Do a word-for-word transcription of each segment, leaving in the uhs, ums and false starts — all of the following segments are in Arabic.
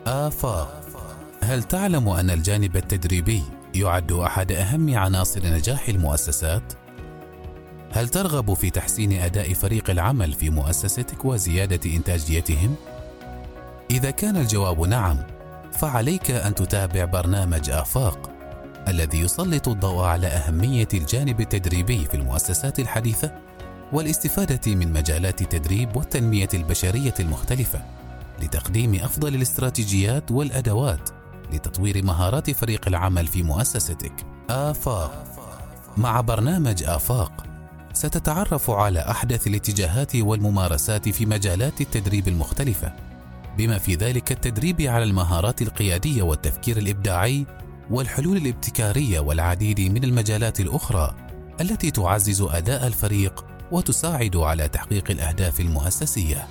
آفاق. هل تعلم أن الجانب التدريبي يعد أحد أهم عناصر نجاح المؤسسات؟ هل ترغب في تحسين أداء فريق العمل في مؤسستك وزيادة إنتاجيتهم؟ إذا كان الجواب نعم، فعليك أن تتابع برنامج آفاق الذي يسلط الضوء على أهمية الجانب التدريبي في المؤسسات الحديثة والاستفادة من مجالات التدريب والتنمية البشرية المختلفة لتقديم أفضل الاستراتيجيات والأدوات لتطوير مهارات فريق العمل في مؤسستك. آفاق. مع برنامج آفاق ستتعرف على أحدث الاتجاهات والممارسات في مجالات التدريب المختلفة، بما في ذلك التدريب على المهارات القيادية والتفكير الإبداعي والحلول الابتكارية والعديد من المجالات الأخرى التي تعزز أداء الفريق وتساعد على تحقيق الأهداف المؤسسية.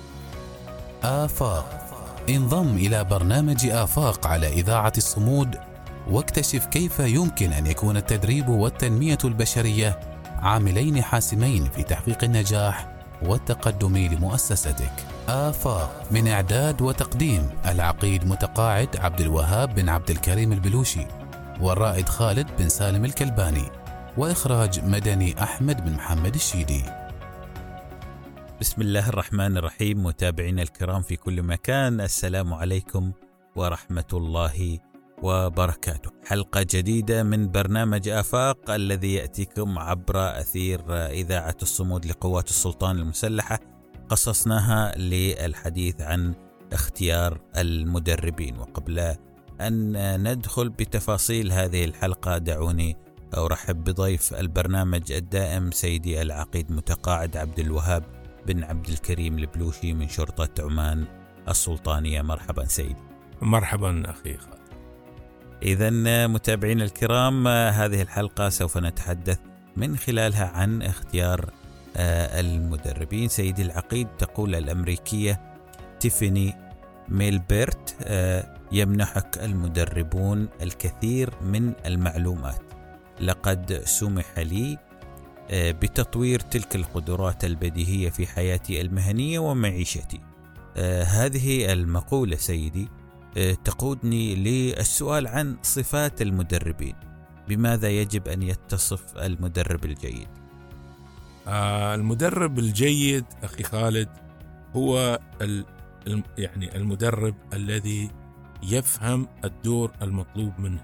آفاق. انضم إلى برنامج آفاق على إذاعة الصمود واكتشف كيف يمكن أن يكون التدريب والتنمية البشرية عاملين حاسمين في تحقيق النجاح والتقدم لمؤسستك. آفاق. من إعداد وتقديم العقيد متقاعد عبد الوهاب بن عبد الكريم البلوشي، والرائد خالد بن سالم الكلباني، وإخراج مدني أحمد بن محمد الشيدي. بسم الله الرحمن الرحيم. متابعينا الكرام في كل مكان، السلام عليكم ورحمة الله وبركاته. حلقة جديدة من برنامج آفاق الذي يأتيكم عبر أثير إذاعة الصمود لقوات السلطان المسلحة، قصصناها للحديث عن اختيار المدربين. وقبل أن ندخل بتفاصيل هذه الحلقة دعوني أرحب بضيف البرنامج الدائم سيدي العقيد متقاعد عبد الوهاب بن عبد الكريم البلوشي من شرطة عمان السلطانية. مرحبا سيدي. مرحبا أخي خالد. إذن متابعين الكرام، هذه الحلقة سوف نتحدث من خلالها عن اختيار المدربين. سيدي العقيد، تقول الأمريكية تيفاني ميلبرت: يمنحك المدربون الكثير من المعلومات، لقد سمح لي بتطوير تلك القدرات البديهية في حياتي المهنية ومعيشتي. هذه المقولة سيدي تقودني للسؤال عن صفات المدربين. بماذا يجب أن يتصف المدرب الجيد؟ آه المدرب الجيد أخي خالد هو ال يعني المدرب الذي يفهم الدور المطلوب منه،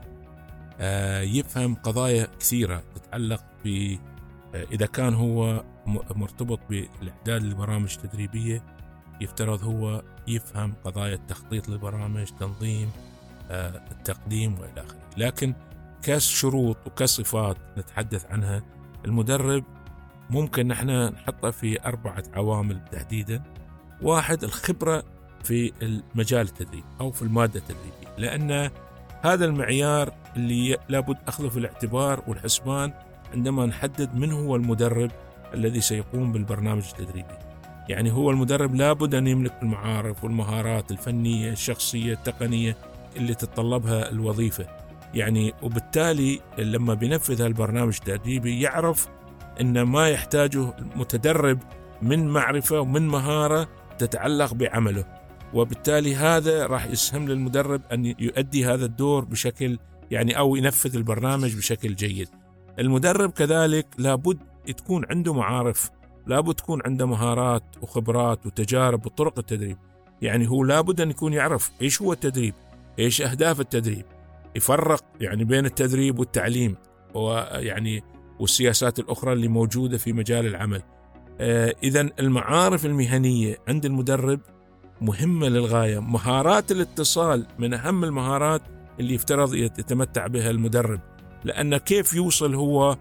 آه يفهم قضايا كثيرة تتعلق ب آه إذا كان هو مرتبط بالإعداد لبرامج تدريبية، يفترض هو يفهم قضايا التخطيط للبرامج، تنظيم، آه التقديم وإلى آخره. لكن كشروط وكصفات نتحدث عنها، المدرب ممكن نحن نحطها في أربعة عوامل تحديدا. واحد، الخبرة في المجال التدريب أو في المادة التدريبية، لأن هذا المعيار اللي لابد أخذه في الاعتبار والحسبان عندما نحدد من هو المدرب الذي سيقوم بالبرنامج التدريبي. يعني هو المدرب لابد أن يملك المعارف والمهارات الفنية الشخصية التقنية اللي تتطلبها الوظيفة، يعني وبالتالي لما بينفذ البرنامج التدريبي يعرف إن ما يحتاجه المتدرب من معرفة ومن مهارة تتعلق بعمله، وبالتالي هذا راح يسهم للمدرب أن يؤدي هذا الدور بشكل يعني أو ينفذ البرنامج بشكل جيد. المدرب كذلك لابد تكون عنده معارف، لابد تكون عنده مهارات وخبرات وتجارب وطرق التدريب. يعني هو لابد أن يكون يعرف إيش هو التدريب، إيش أهداف التدريب، يفرق يعني بين التدريب والتعليم ويعني والسياسات الأخرى اللي موجودة في مجال العمل. آه إذن المعارف المهنية عند المدرب مهمة للغاية. مهارات الاتصال من أهم المهارات اللي يفترض يتمتع بها المدرب، لأن كيف يوصل هو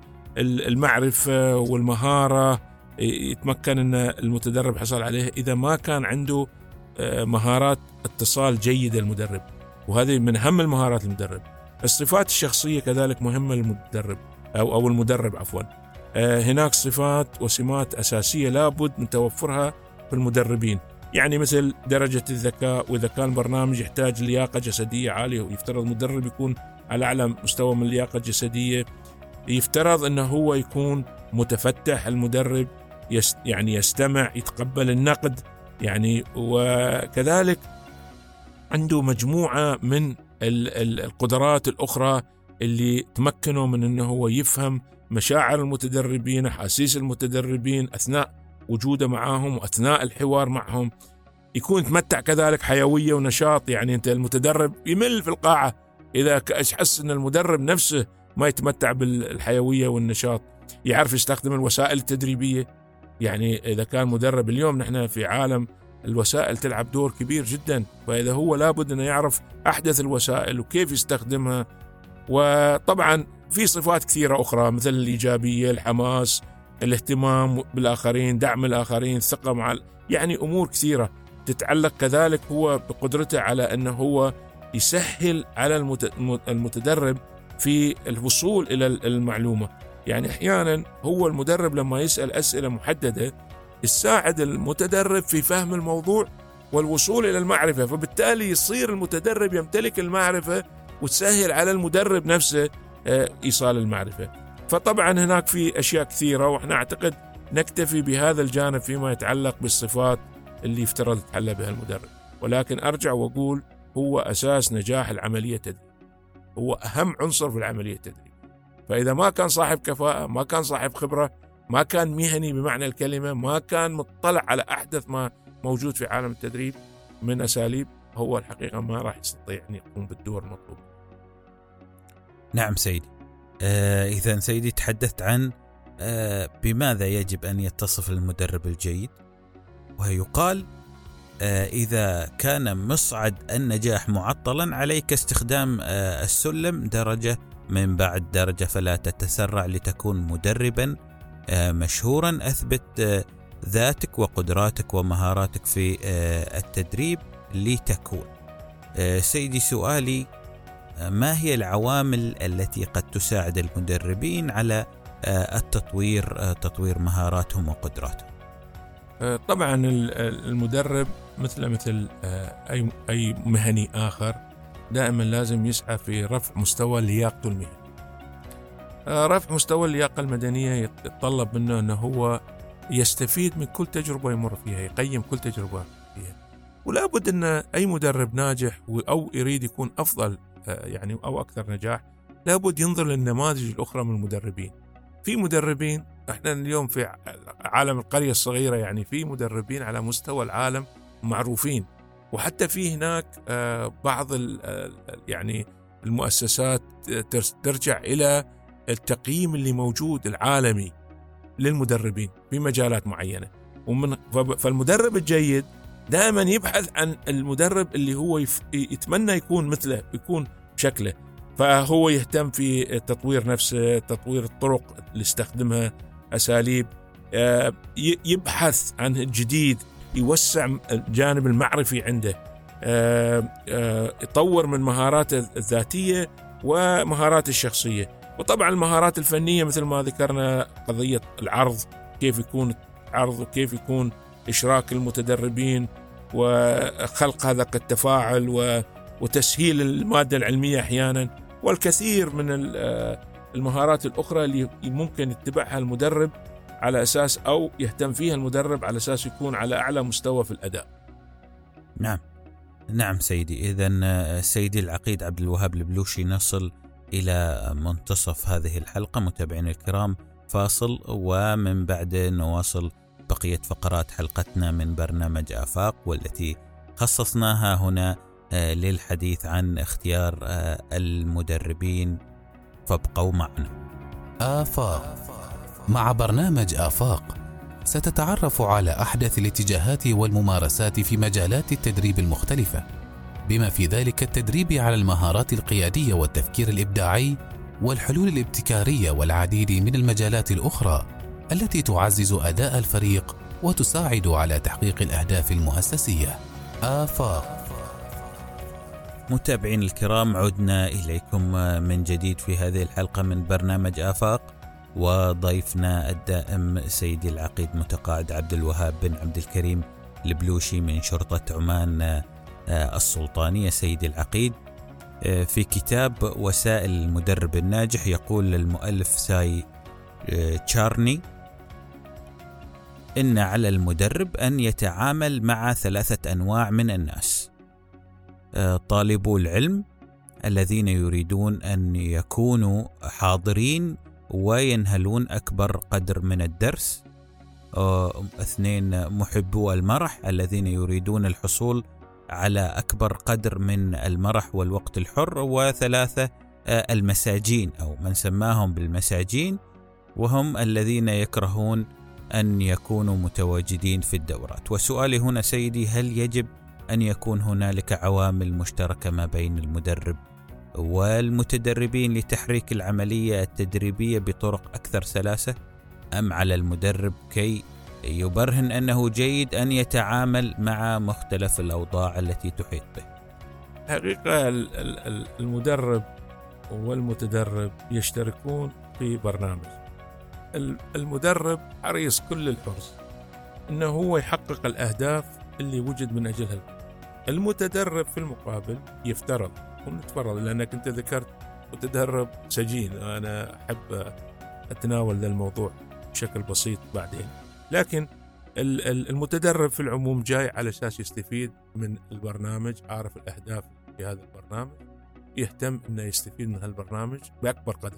المعرفة والمهارة يتمكن أن المتدرب حصل عليها إذا ما كان عنده آه مهارات اتصال جيدة المدرب، وهذه من أهم المهارات المدرب. الصفات الشخصية كذلك مهمة للمدرب أو أو المدرب عفوا. آه هناك صفات وسمات أساسية لابد من توفرها في المدربين، يعني مثل درجة الذكاء، وإذا كان برنامج يحتاج لياقة جسدية عالية ويفترض المدرب يكون على أعلى مستوى من اللياقة الجسدية. يفترض أنه هو يكون متفتح المدرب، يست يعني يستمع، يتقبل النقد، يعني وكذلك عنده مجموعة من القدرات الأخرى اللي تمكنه من أنه هو يفهم مشاعر المتدربين، أحاسيس المتدربين أثناء وجوده معهم وأثناء الحوار معهم. يكون يتمتع كذلك حيوية ونشاط. يعني أنت المتدرب يمل في القاعة إذا حس أن المدرب نفسه ما يتمتع بالحيوية والنشاط. يعرف يستخدم الوسائل التدريبية. يعني إذا كان مدرب، اليوم نحن في عالم الوسائل تلعب دور كبير جدا، فإذا هو لابد أنه يعرف أحدث الوسائل وكيف يستخدمها. وطبعا في صفات كثيرة أخرى مثل الإيجابية، الحماس، الاهتمام بالآخرين، دعم الآخرين، الثقة مع، يعني أمور كثيرة تتعلق كذلك هو بقدرته على أنه هو يسهل على المتدرب في الوصول إلى المعلومة. يعني أحيانا هو المدرب لما يسأل أسئلة محددة يساعد المتدرب في فهم الموضوع والوصول إلى المعرفة، فبالتالي يصير المتدرب يمتلك المعرفة وتسهل على المدرب نفسه إيصال المعرفة. فطبعا هناك في أشياء كثيرة، وإحنا أعتقد نكتفي بهذا الجانب فيما يتعلق بالصفات اللي يفترض يتحلى بها المدرب. ولكن أرجع وأقول هو أساس نجاح العملية التدريبية، هو أهم عنصر في العملية التدريبية. فإذا ما كان صاحب كفاءة، ما كان صاحب خبرة، ما كان مهني بمعنى الكلمة، ما كان مطلع على أحدث ما موجود في عالم التدريب من أساليب، هو الحقيقة ما راح يستطيع أن يقوم بالدور المطلوب. نعم سيدي. آه إذا سيدي تحدثت عن آه بماذا يجب أن يتصف المدرب الجيد، ويقال آه إذا كان مصعد النجاح معطلا عليك استخدام آه السلم درجة من بعد درجة، فلا تتسرع لتكون مدربا آه مشهورا. أثبت آه ذاتك وقدراتك ومهاراتك في آه التدريب لتكون. آه سيدي سؤالي، ما هي العوامل التي قد تساعد المدربين على التطوير تطوير مهاراتهم وقدراتهم؟ طبعا المدرب مثل مثل أي أي مهني آخر دائما لازم يسعى في رفع مستوى لياقته المهنية. رفع مستوى اللياقة المدنية يتطلب منه أنه هو يستفيد من كل تجربة يمر فيها، يقيم كل تجربة فيها. ولا بد أن أي مدرب ناجح أو يريد يكون أفضل يعني أو أكثر نجاح لابد ينظر للنماذج الأخرى من المدربين. في مدربين، احنا اليوم في عالم القرية الصغيرة، يعني في مدربين على مستوى العالم معروفين، وحتى في هناك بعض يعني المؤسسات ترجع إلى التقييم اللي موجود العالمي للمدربين في مجالات معينة. ومن فالمدرب الجيد دائما يبحث عن المدرب اللي هو يتمنى يكون مثله، يكون شكله. فهو يهتم في تطوير نفسه، تطوير الطرق اللي يستخدمها، أساليب، يبحث عن الجديد، يوسع الجانب المعرفي عنده، يطور من مهاراته الذاتية ومهاراته الشخصية. وطبعا المهارات الفنية مثل ما ذكرنا، قضية العرض، كيف يكون عرض وكيف يكون إشراك المتدربين وخلق هذا التفاعل وتسهيل المادة العلمية أحيانا، والكثير من المهارات الأخرى اللي ممكن يتبعها المدرب على أساس أو يهتم فيها المدرب على أساس يكون على أعلى مستوى في الأداء. نعم نعم سيدي. إذن سيدي العقيد عبد الوهاب البلوشي، نصل إلى منتصف هذه الحلقة متابعين الكرام. فاصل ومن بعد نواصل بقية فقرات حلقتنا من برنامج آفاق، والتي خصصناها هنا للحديث عن اختيار المدربين، فابقوا معنا. آفاق. مع برنامج آفاق ستتعرف على أحدث الاتجاهات والممارسات في مجالات التدريب المختلفة، بما في ذلك التدريب على المهارات القيادية والتفكير الإبداعي والحلول الابتكارية والعديد من المجالات الأخرى التي تعزز أداء الفريق وتساعد على تحقيق الأهداف المؤسسية. آفاق. متابعين الكرام، عدنا إليكم من جديد في هذه الحلقة من برنامج آفاق، وضيفنا الدائم سيدي العقيد متقاعد عبد الوهاب بن عبد الكريم البلوشي من شرطة عمان السلطانية. سيدي العقيد، في كتاب وسائل المدرب الناجح يقول المؤلف ساي تشارني إن على المدرب أن يتعامل مع ثلاثة أنواع من الناس: طالبو العلم الذين يريدون أن يكونوا حاضرين وينهلون أكبر قدر من الدرس. اثنين محبو المرح الذين يريدون الحصول على أكبر قدر من المرح والوقت الحر. وثلاثة المساجين أو من سماهم بالمساجين، وهم الذين يكرهون أن يكونوا متواجدين في الدورات. وسؤالي هنا سيدي، هل يجب أن يكون هنالك عوامل مشتركة ما بين المدرب والمتدربين لتحريك العملية التدريبية بطرق أكثر سلاسة، أم على المدرب كي يبرهن أنه جيد أن يتعامل مع مختلف الأوضاع التي تحيط به؟ حقيقة المدرب والمتدرب يشتركون في برنامج. المدرب حريص كل الحرص أنه هو يحقق الأهداف اللي وجد من أجلها. المتدرب في المقابل يفترض ونتفرض، لأنك أنت ذكرت متدرب سجين، أنا أحب أتناول ذا الموضوع بشكل بسيط بعدين. لكن المتدرب في العموم جاي على أساس يستفيد من البرنامج، عارف الأهداف في هذا البرنامج، يهتم أنه يستفيد من هالبرنامج بأكبر قدر.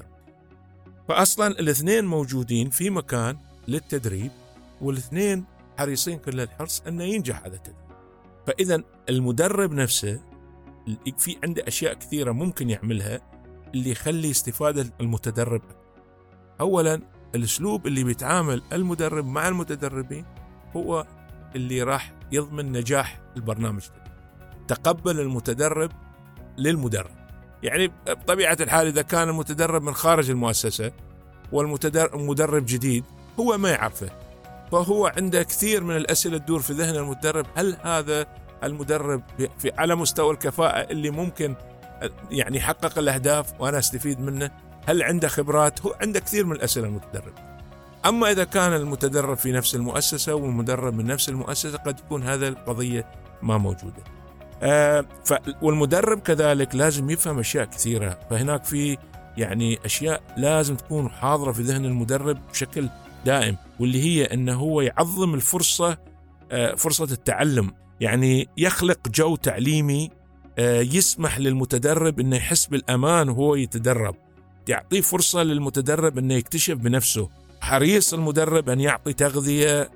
فأصلا الاثنين موجودين في مكان للتدريب، والاثنين حريصين كل الحرص أنه ينجح هذا التدريب. فإذا المدرب نفسه في عنده أشياء كثيرة ممكن يعملها اللي يخلي استفادة المتدرب. أولا الأسلوب اللي بيتعامل المدرب مع المتدربين هو اللي راح يضمن نجاح البرنامج. تقبل المتدرب للمدرب، يعني بطبيعة الحال إذا كان المتدرب من خارج المؤسسة والمدرب جديد هو ما يعرفه، فهو عنده كثير من الأسئلة تدور في ذهن المدرب. هل هذا المدرب في على مستوى الكفاءة اللي ممكن يعني يحقق الأهداف وأنا أستفيد منه؟ هل عنده خبرات؟ هو عنده كثير من الأسئلة المتدرب. أما إذا كان المتدرب في نفس المؤسسة والمدرب من نفس المؤسسة قد تكون هذا القضية ما موجودة. آه ف والمدرب كذلك لازم يفهم أشياء كثيرة، فهناك في يعني أشياء لازم تكون حاضرة في ذهن المدرب بشكل دائم، واللي هي أنه هو يعظم الفرصة، آه فرصة التعلم، يعني يخلق جو تعليمي آه يسمح للمتدرب أنه يحس بالأمان وهو يتدرب، يعطيه فرصة للمتدرب أنه يكتشف بنفسه. حريص المدرب أن يعطي تغذية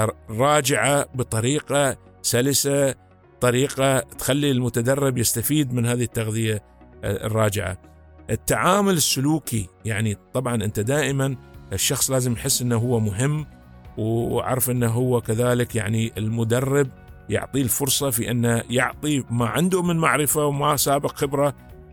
راجعة بطريقة سلسة، طريقة تخلي المتدرب يستفيد من هذه التغذية الراجعة. التعامل السلوكي، يعني طبعا أنت دائما الشخص لازم يحس أنه هو مهم، وعرف أنه هو كذلك يعني المدرب يعطيه الفرصة في أنه يعطي ما عنده من معرفة وما سابق خبرة.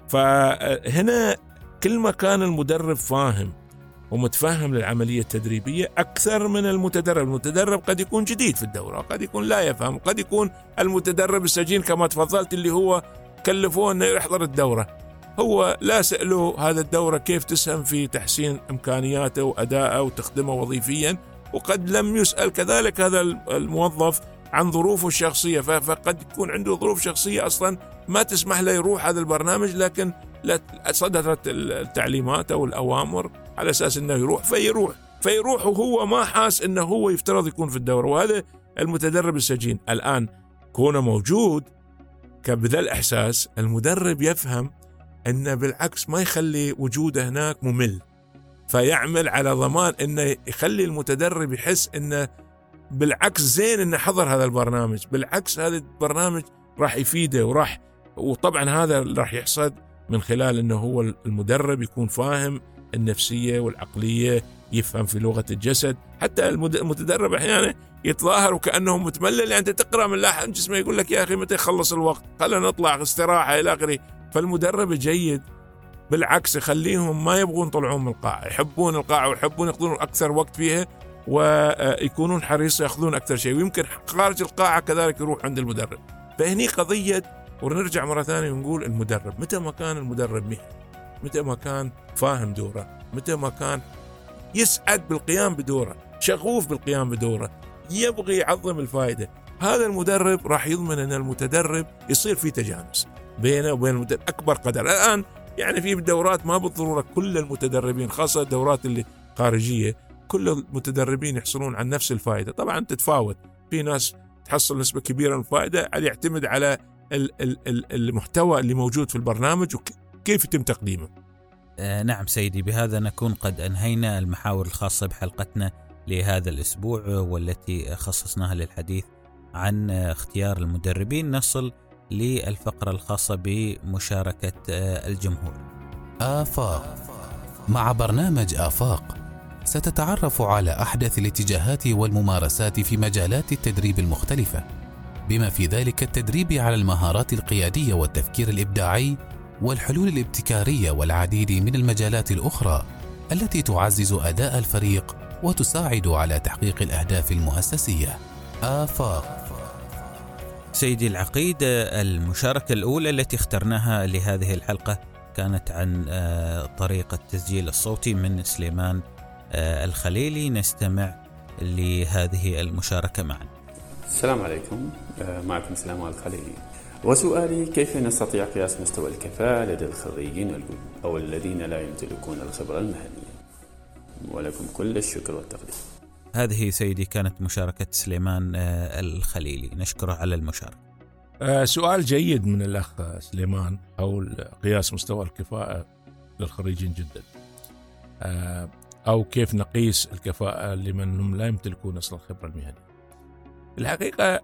فهنا كل ما كان المدرب فاهم ومتفهم للعملية التدريبية أكثر من المتدرب. المتدرب قد يكون جديد في الدورة، قد يكون لا يفهم، قد يكون المتدرب السجين كما تفضلت اللي هو كلفوه أنه يحضر الدورة، هو لا سألوا هذا الدورة كيف تسهم في تحسين إمكانياته وأداءه وتخدمه وظيفيا، وقد لم يسأل كذلك هذا الموظف عن ظروفه الشخصية، فقد يكون عنده ظروف شخصية أصلا ما تسمح له يروح هذا البرنامج، لكن صدرت التعليمات أو الأوامر على أساس أنه يروح فيروح فيروح وهو ما حاس أنه هو يفترض يكون في الدورة. وهذا المتدرب السجين الآن كونه موجود بذا الإحساس، المدرب يفهم أنه بالعكس ما يخلي وجوده هناك ممل، فيعمل على ضمان أنه يخلي المتدرب يحس أنه بالعكس زين أنه حضر هذا البرنامج، بالعكس هذا البرنامج راح يفيده وراح. وطبعا هذا راح يحصد من خلال أنه هو المدرب يكون فاهم النفسية والعقلية، يفهم في لغة الجسد. حتى المتدرب أحيانا يتظاهر وكأنه متملل، يعني أنت تقرأ من لاحق جسمه يقول لك يا أخي متى يخلص الوقت، خلينا نطلع استراحة إلى آخره. فالمدرب الجيد بالعكس يخليهم ما يبغون يطلعون من القاعة، يحبون القاعة ويحبون يقضون أكثر وقت فيها ويكونون حريص يأخذون أكثر شيء، ويمكن خارج القاعة كذلك يروح عند المدرب. فهني قضية، ونرجع مرة ثانية ونقول المدرب متى ما كان المدرب مهني، متى ما كان فاهم دوره، متى ما كان يسعد بالقيام بدوره، شغوف بالقيام بدوره، يبغي يعظم الفائدة، هذا المدرب راح يضمن أن المتدرب يصير في تجانس بينه وبين المدرب أكبر قدر. الآن يعني في الدورات ما بالضرورة كل المتدربين، خاصة الدورات اللي خارجية، كل المتدربين يحصلون عن نفس الفائدة. طبعا تتفاوت، في ناس تحصل نسبة كبيرة من الفائدة، يعتمد على المحتوى اللي موجود في البرنامج وكيف يتم تقديمه. آه نعم سيدي، بهذا نكون قد أنهينا المحاور الخاصة بحلقتنا لهذا الأسبوع والتي خصصناها للحديث عن اختيار المدربين. نصل للفقرة الخاصة بمشاركة الجمهور. آفاق. مع برنامج آفاق ستتعرف على أحدث الاتجاهات والممارسات في مجالات التدريب المختلفة، بما في ذلك التدريب على المهارات القيادية والتفكير الإبداعي والحلول الابتكارية والعديد من المجالات الأخرى التي تعزز أداء الفريق وتساعد على تحقيق الأهداف المؤسسية. آفاق. سيدي العقيد، المشاركة الأولى التي اخترناها لهذه الحلقة كانت عن طريقة التسجيل الصوتي من سليمان الخليلي. نستمع لهذه المشاركة معا. السلام عليكم، معكم سليمان الخليلي، وسؤالي: كيف نستطيع قياس مستوى الكفاءة لدى الخريجين الجدد أو الذين لا يمتلكون الخبرة المهنية؟ ولكم كل الشكر والتقدير. هذه سيدي كانت مشاركة سليمان الخليلي، نشكره على المشاركة. آه سؤال جيد من الأخ سليمان حول قياس مستوى الكفاءة للخريجين جدا، آه أو كيف نقيس الكفاءة لمن هم لا يمتلكون أصل الخبرة المهنية. الحقيقة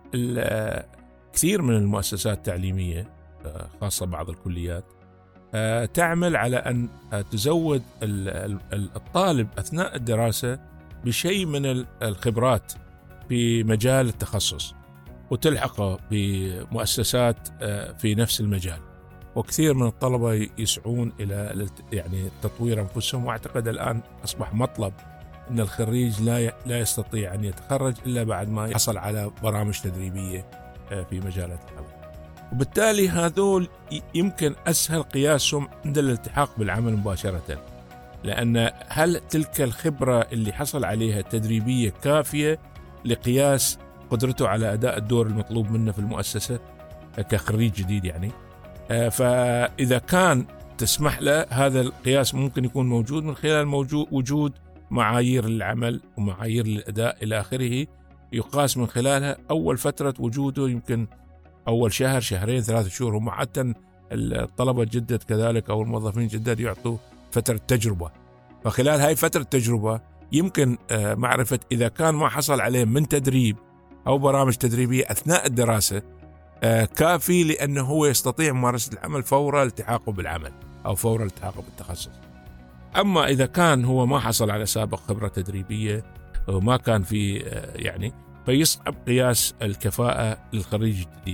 كثير من المؤسسات التعليمية خاصة بعض الكليات تعمل على أن تزود الطالب أثناء الدراسة بشيء من الخبرات في مجال التخصص وتلحقه بمؤسسات في نفس المجال، وكثير من الطلبة يسعون إلى يعني تطوير أنفسهم. وأعتقد الآن أصبح مطلب أن الخريج لا لا يستطيع أن يتخرج إلا بعد ما يحصل على برامج تدريبية في مجالات العمل، وبالتالي هذول يمكن أسهل قياسهم عند الالتحاق بالعمل مباشرة، لأن هل تلك الخبرة اللي حصل عليها التدريبية كافية لقياس قدرته على أداء الدور المطلوب منه في المؤسسة كخريج جديد يعني. فإذا كان تسمح له هذا القياس ممكن يكون موجود من خلال موجود وجود معايير العمل ومعايير الأداء إلى آخره، يقاس من خلالها أول فترة وجوده، يمكن أول شهر شهرين ثلاثة شهور. هم حتى الطلبة الجدد كذلك أو الموظفين الجدد يعطوا فترة تجربة، فخلال هاي فترة التجربة يمكن معرفة إذا كان ما حصل عليه من تدريب أو برامج تدريبية أثناء الدراسة كافي لأنه هو يستطيع ممارسة العمل فور التحاقه بالعمل أو فور التحاقه بالتخصص. أما إذا كان هو ما حصل على سابق خبرة تدريبية وما كان في يعني، فيصعب قياس الكفاءة للخريج الجديد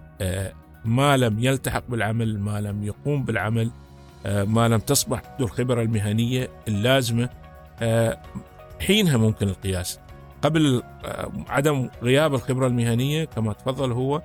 ما لم يلتحق بالعمل، ما لم يقوم بالعمل، ما لم تصبح عنده الخبرة المهنية اللازمة. حينها ممكن القياس. قبل عدم غياب الخبرة المهنية كما تفضل هو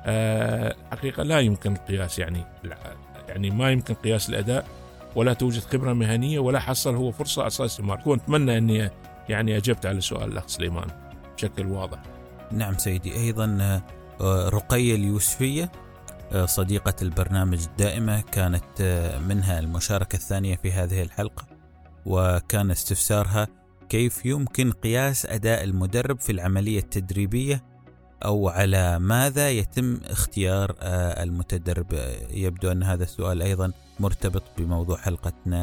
حقيقة لا يمكن القياس، يعني يعني ما يمكن قياس الأداء ولا توجد خبرة مهنية ولا حصل هو فرصة أساس المارك. أتمنى أني يعني أجبت على سؤال الأخ سليمان بشكل واضح. نعم سيدي. أيضا رقية اليوسفية صديقة البرنامج الدائمة كانت منها المشاركة الثانية في هذه الحلقة، وكان استفسارها: كيف يمكن قياس أداء المدرب في العملية التدريبية، أو على ماذا يتم اختيار المتدرب؟ يبدو أن هذا السؤال أيضا مرتبط بموضوع حلقتنا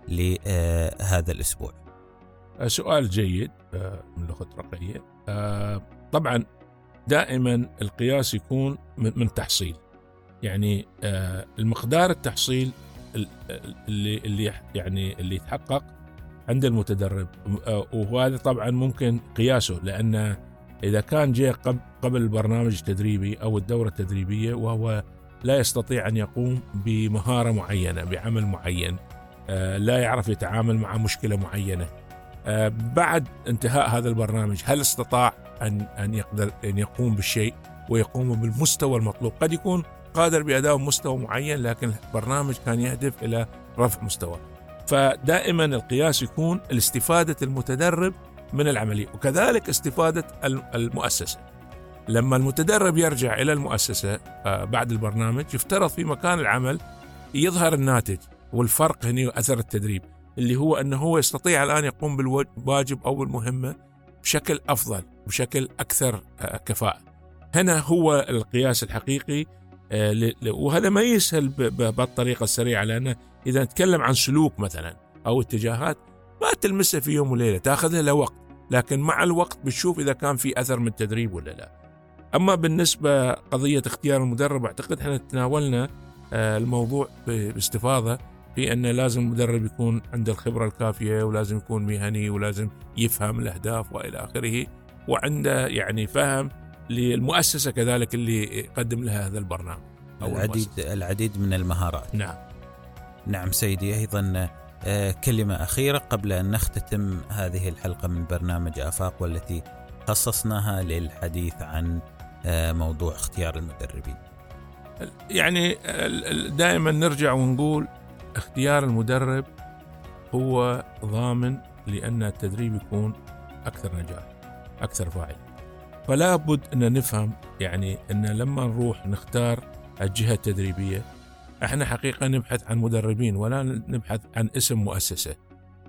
لهذا الأسبوع. سؤال جيد من الأخت رقية. طبعا دائما القياس يكون من تحصيل، يعني المقدار التحصيل اللي اللي يعني اللي يتحقق عند المتدرب، وهذا طبعا ممكن قياسه، لأن إذا كان جاء قبل البرنامج التدريبي أو الدورة التدريبية وهو لا يستطيع أن يقوم بمهارة معينة بعمل معين، لا يعرف يتعامل مع مشكلة معينة، بعد انتهاء هذا البرنامج هل استطاع أن أن يقدر أن يقوم بالشيء ويقوم بالمستوى المطلوب؟ قد يكون قادر بأداء مستوى معين لكن البرنامج كان يهدف إلى رفع مستوى. فدائما القياس يكون الاستفادة المتدرب من العملية، وكذلك استفادة المؤسسة. لما المتدرب يرجع إلى المؤسسة بعد البرنامج يفترض في مكان العمل يظهر الناتج والفرق هنا أثر التدريب، اللي هو أنه هو يستطيع الآن يقوم بالواجب أو المهمة بشكل أفضل بشكل أكثر كفاءة. هنا هو القياس الحقيقي وهذا ما يسهل بالطريقة السريعة، لأنه إذا نتكلم عن سلوك مثلا أو اتجاهات ما تلمسها في يوم وليلة، تأخذها له وقت، لكن مع الوقت بتشوف إذا كان في أثر من التدريب ولا لا. أما بالنسبة قضية اختيار المدرب، أعتقد احنا تناولنا الموضوع باستفاضة في أن لازم المدرب يكون عنده الخبرة الكافية، ولازم يكون مهني، ولازم يفهم الأهداف وإلى آخره، وعنده يعني فهم للمؤسسة كذلك اللي يقدم لها هذا البرنامج أو العديد المؤسسة. العديد من المهارات. نعم نعم سيدي. أيضا كلمة أخيرة قبل أن نختتم هذه الحلقة من برنامج آفاق، والتي خصصناها للحديث عن موضوع اختيار المدربين. يعني دائما نرجع ونقول اختيار المدرب هو ضامن لأن التدريب يكون أكثر نجاح أكثر فاعل. فلا بد أن نفهم يعني أن لما نروح نختار الجهة التدريبية، احنا حقيقة نبحث عن مدربين ولا نبحث عن اسم مؤسسة.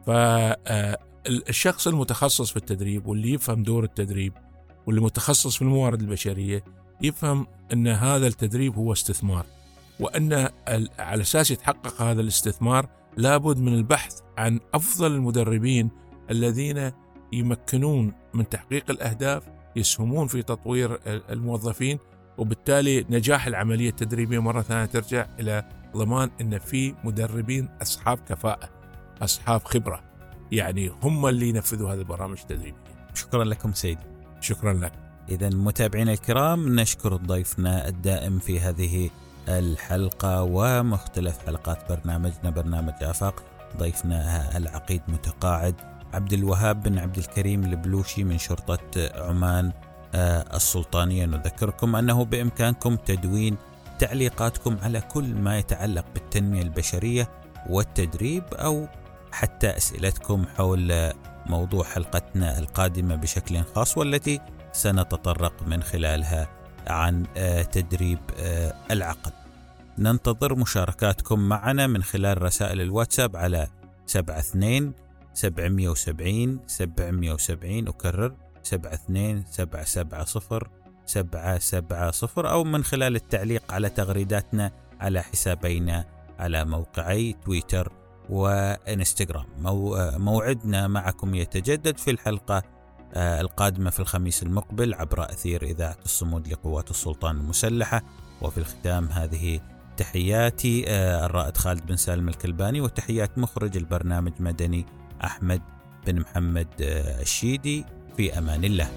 فالشخص المتخصص في التدريب واللي يفهم دور التدريب واللي متخصص في الموارد البشرية يفهم أن هذا التدريب هو استثمار، وأن على أساس يتحقق هذا الاستثمار لابد من البحث عن أفضل المدربين الذين يمكنون من تحقيق الأهداف، يسهمون في تطوير الموظفين، وبالتالي نجاح العملية التدريبية مرة ثانية ترجع إلى ضمان أن في مدربين أصحاب كفاءة أصحاب خبرة، يعني هم اللي ينفذوا هذه البرامج التدريبية. شكرا لكم سيدي. شكرا لك. إذن متابعينا الكرام، نشكر ضيفنا الدائم في هذه الحلقة ومختلف حلقات برنامجنا برنامج آفاق، ضيفنا العقيد متقاعد عبد الوهاب بن عبد الكريم البلوشي من شرطة عمان السلطانية. نذكركم أنه بإمكانكم تدوين تعليقاتكم على كل ما يتعلق بالتنمية البشرية والتدريب، أو حتى أسئلتكم حول موضوع حلقتنا القادمة بشكل خاص، والتي سنتطرق من خلالها عن تدريب العقل. ننتظر مشاركاتكم معنا من خلال رسائل الواتساب على سبعة اثنين سبعمية وسبعين سبعمية وسبعين، أكرر سبعة اثنين سبعة سبعة صفر سبعة سبعة صفر، أو من خلال التعليق على تغريداتنا على حسابينا على موقعي تويتر وإنستغرام. موعدنا معكم يتجدد في الحلقة القادمة في الخميس المقبل عبر أثير إذاعة الصمود لقوات السلطان المسلحة. وفي الختام هذه تحياتي الرائد خالد بن سالم الكلباني، وتحيات مخرج البرنامج مدني أحمد بن محمد الشيدي. في أمان الله.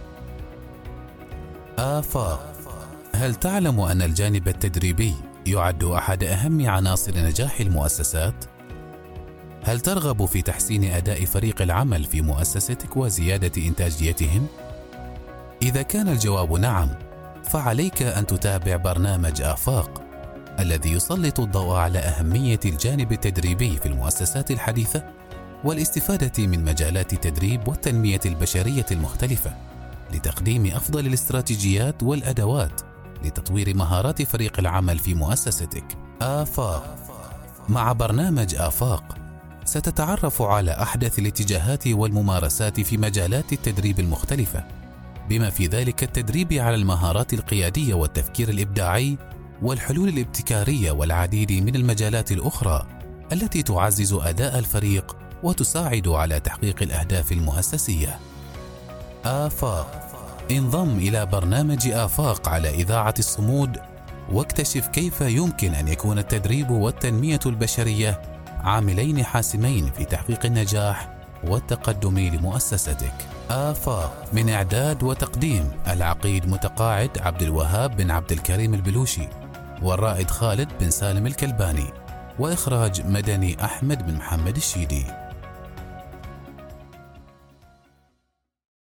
آفاق. هل تعلم أن الجانب التدريبي يعد أحد أهم عناصر نجاح المؤسسات؟ هل ترغب في تحسين أداء فريق العمل في مؤسستك وزيادة إنتاجيتهم؟ إذا كان الجواب نعم، فعليك أن تتابع برنامج آفاق الذي يسلط الضوء على أهمية الجانب التدريبي في المؤسسات الحديثة والاستفادة من مجالات التدريب والتنمية البشرية المختلفة لتقديم أفضل الاستراتيجيات والأدوات لتطوير مهارات فريق العمل في مؤسستك. آفاق. مع برنامج آفاق ستتعرف على أحدث الاتجاهات والممارسات في مجالات التدريب المختلفة، بما في ذلك التدريب على المهارات القيادية والتفكير الإبداعي والحلول الابتكارية والعديد من المجالات الأخرى التي تعزز أداء الفريق وتساعد على تحقيق الأهداف المؤسسية. آفاق. انضم إلى برنامج آفاق على إذاعة الصمود، واكتشف كيف يمكن أن يكون التدريب والتنمية البشرية عاملين حاسمين في تحقيق النجاح والتقدم لمؤسستك. آفاق. من إعداد وتقديم العقيد متقاعد عبد الوهاب بن عبد الكريم البلوشي، والرائد خالد بن سالم الكلباني، وإخراج مدني أحمد بن محمد الشيدي.